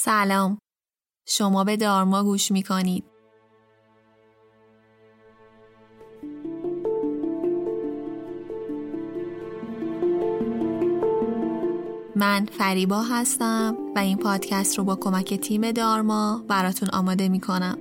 سلام، شما به دارما گوش میکنید. من فریبا هستم و این پادکست رو با کمک تیم دارما براتون آماده میکنم.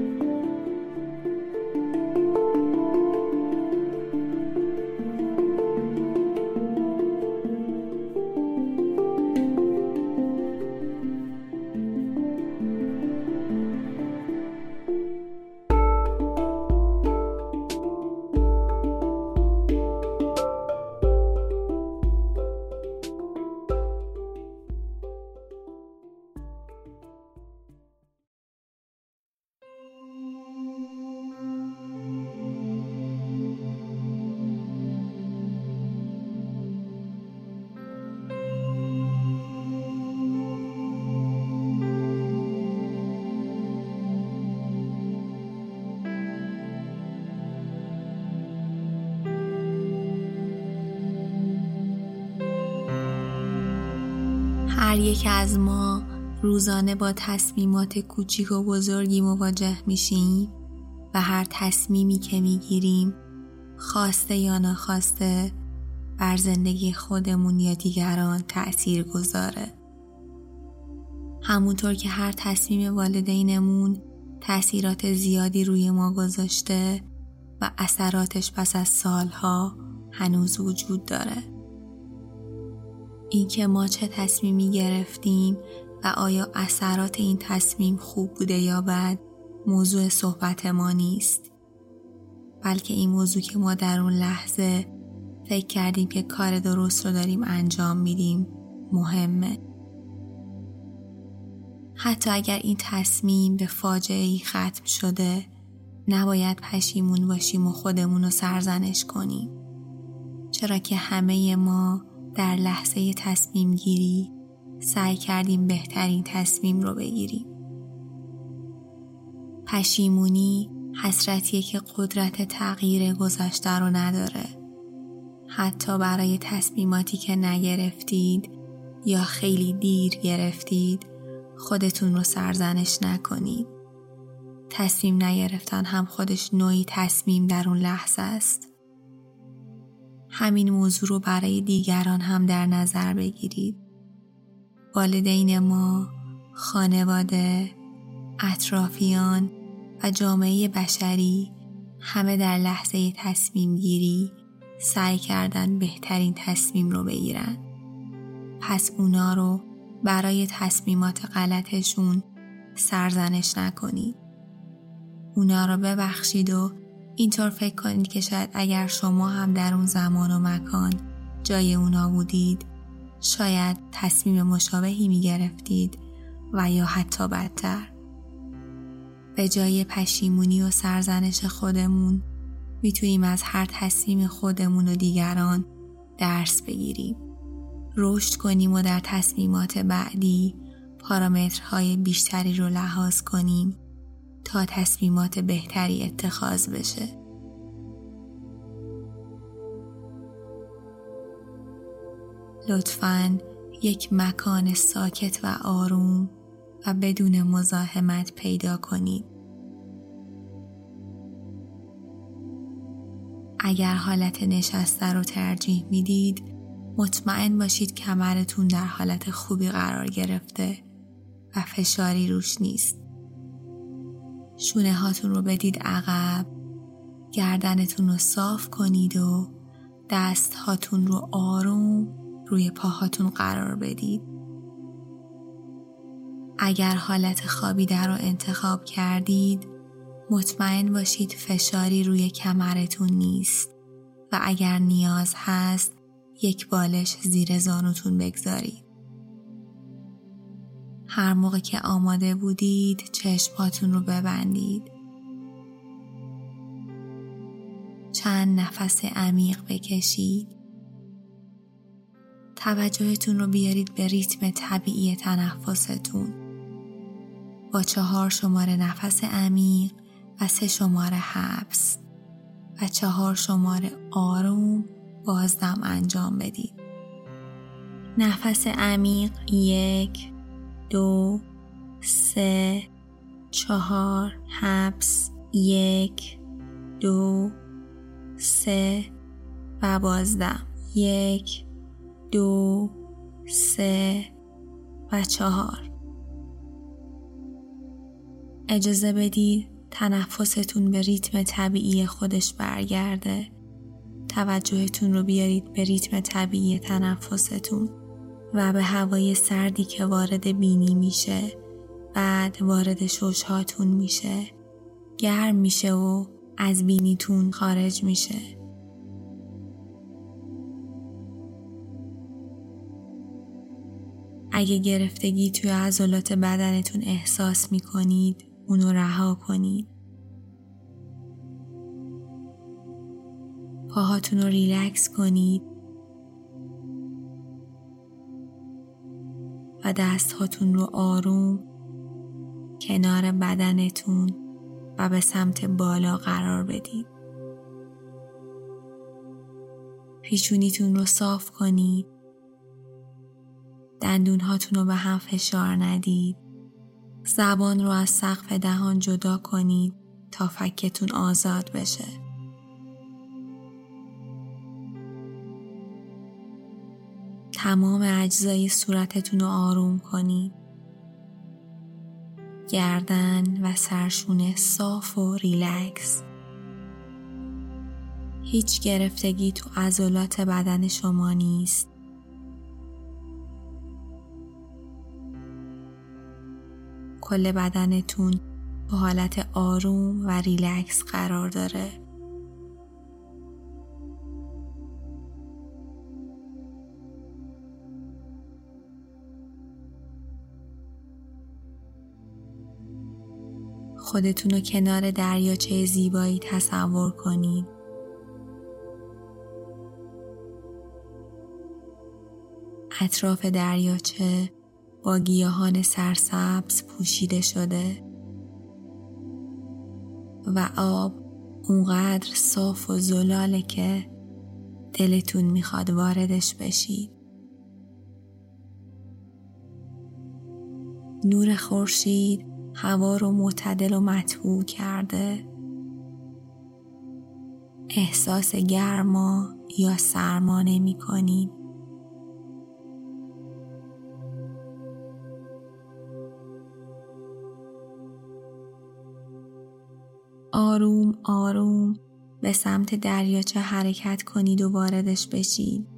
هر یک از ما روزانه با تصمیمات کوچیک و بزرگی مواجه میشیم و هر تصمیمی که میگیریم خواسته یا ناخواسته بر زندگی خودمون یا دیگران تأثیر گذاره. همونطور که هر تصمیم والدینمون تأثیرات زیادی روی ما گذاشته و اثراتش پس از سالها هنوز وجود داره. این که ما چه تصمیمی گرفتیم و آیا اثرات این تصمیم خوب بوده یا بد موضوع صحبت ما نیست، بلکه این موضوع که ما در اون لحظه فکر کردیم که کار درست رو داریم انجام میدیم مهمه. حتی اگر این تصمیم به فاجعه‌ای ختم شده نباید پشیمون باشیم و خودمون رو سرزنش کنیم، چرا که همه ما در لحظه تصمیم گیری سعی کردیم بهترین تصمیم رو بگیریم. پشیمونی حسرتیه که قدرت تغییر گذشته رو نداره. حتی برای تصمیماتی که نگرفتید یا خیلی دیر گرفتید خودتون رو سرزنش نکنید. تصمیم نگرفتن هم خودش نوعی تصمیم در اون لحظه است. همین موضوع رو برای دیگران هم در نظر بگیرید. والدین ما، خانواده، اطرافیان و جامعه بشری همه در لحظه تصمیم گیری سعی کردن بهترین تصمیم رو بگیرن. پس اونا رو برای تصمیمات غلطشون سرزنش نکنید. اونا رو ببخشید و اینطور فکر کنید که شاید اگر شما هم در اون زمان و مکان جای اونا بودید شاید تصمیم مشابهی می گرفتید و یا حتی بدتر. به جای پشیمونی و سرزنش خودمون میتونیم از هر تصمیم خودمون و دیگران درس بگیریم. رشد کنیم و در تصمیمات بعدی پارامترهای بیشتری رو لحاظ کنیم تا تصمیمات بهتری اتخاذ بشه. لطفاً یک مکان ساکت و آروم و بدون مزاحمت پیدا کنید. اگر حالت نشسته رو ترجیح میدید، مطمئن باشید کمرتون در حالت خوبی قرار گرفته و فشاری روش نیست. شونه هاتون رو بدید عقب، گردنتون رو صاف کنید و دست هاتون رو آروم روی پاهاتون قرار بدید. اگر حالت خوابیده رو انتخاب کردید، مطمئن باشید فشاری روی کمرتون نیست و اگر نیاز هست یک بالش زیر زانوتون بگذارید. هر موقع که آماده بودید چشماتون رو ببندید. چند نفس عمیق بکشید. توجهتون رو بیارید به ریتم طبیعی تنفستون. با 4 شماره نفس عمیق و 3 شماره حبس و 4 شماره آروم بازدم انجام بدید. نفس عمیق 1 2 3 4 حبس 1 2 3 و بازدم 1 2 3 و 4. اجازه بدید تنفستون به ریتم طبیعی خودش برگرده. توجهتون رو بیارید به ریتم طبیعی تنفستون و به هوای سردی که وارد بینی میشه، بعد وارد ششهاتون میشه، گرم میشه و از بینیتون خارج میشه. اگه گرفتگی توی عضلات بدنتون احساس میکنید، اونو رها کنید. پاهاتون رو ریلکس کنید و دستهاتون رو آروم کنار بدنتون و به سمت بالا قرار بدید. پیشونیتون رو صاف کنید. دندونهاتون رو به هم فشار ندید. زبان رو از سقف دهان جدا کنید تا فکتون آزاد بشه. تمام اجزای صورتتون رو آروم کنید. گردن و سرشونه صاف و ریلکس. هیچ گرفتگی تو عضلات بدن شما نیست. کل بدنتون تو حالت آروم و ریلکس قرار داره. خودتون رو کنار دریاچه زیبایی تصور کنید. اطراف دریاچه با گیاهان سرسبز پوشیده شده و آب اونقدر صاف و زلاله که دلتون میخواد واردش بشید. نور خورشید هوا رو معتدل و مطبوع کرده. احساس گرما یا سرما نمی کنید. آروم آروم به سمت دریاچه حرکت کنید و واردش بشید.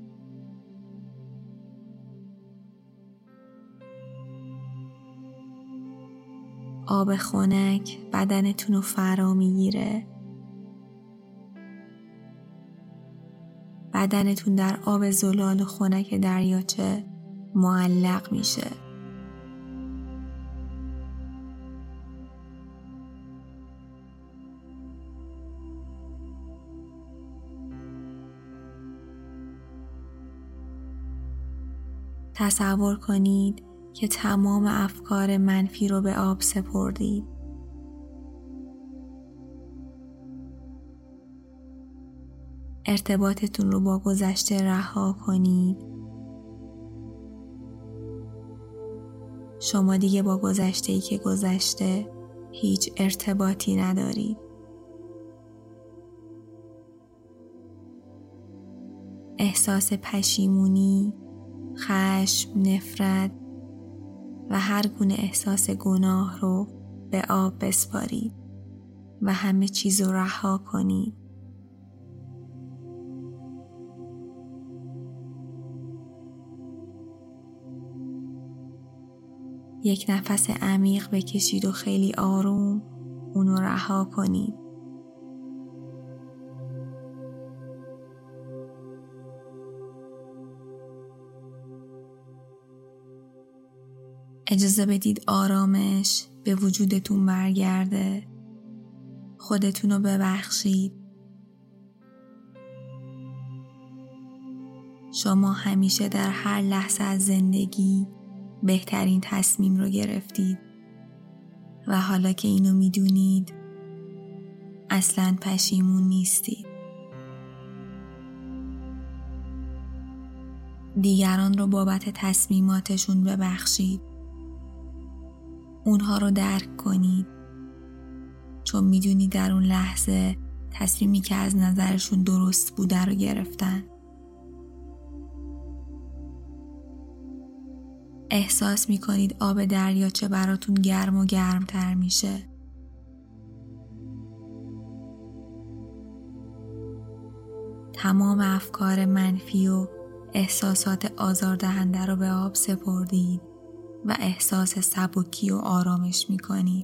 آب خنک بدنتون رو فرا میگیره. بدنتون در آب زلال و خنک دریاچه معلق میشه. تصور کنید که تمام افکار منفی رو به آب سپردید. ارتباطتون رو با گذشته رها کنید. شما دیگه با گذشته‌ای که گذشته هیچ ارتباطی ندارید. احساس پشیمونی، خشم، نفرت و هر گونه احساس گناه رو به آب بسپارید و همه چیز رو رها کنید. یک نفس عمیق بکشید و خیلی آروم اونو رها کنید. اجازه بدید آرامش به وجودتون برگرده. خودتون رو ببخشید. شما همیشه در هر لحظه از زندگی بهترین تصمیم رو گرفتید و حالا که اینو میدونید اصلاً پشیمون نیستید. دیگران رو بابت تصمیماتشون ببخشید. اونها رو درک کنید، چون میدونید در اون لحظه تصمیمی که از نظرشون درست بوده رو گرفتن. احساس میکنید آب دریاچه براتون گرم و گرمتر میشه. تمام افکار منفی و احساسات آزاردهنده رو به آب سپردید و احساس سبکی و آرامش میکنید.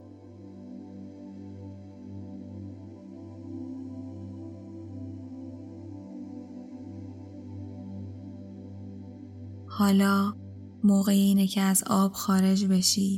حالا موقع اینه که از آب خارج بشید.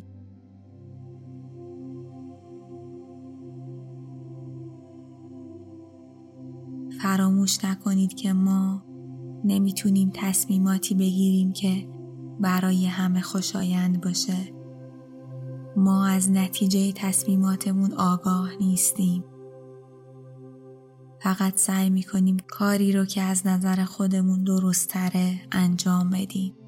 فراموش نکنید که ما نمیتونیم تصمیماتی بگیریم که برای همه خوشایند باشه. ما از نتیجه تصمیماتمون آگاه نیستیم. فقط سعی میکنیم کاری رو که از نظر خودمون درست تره انجام بدیم.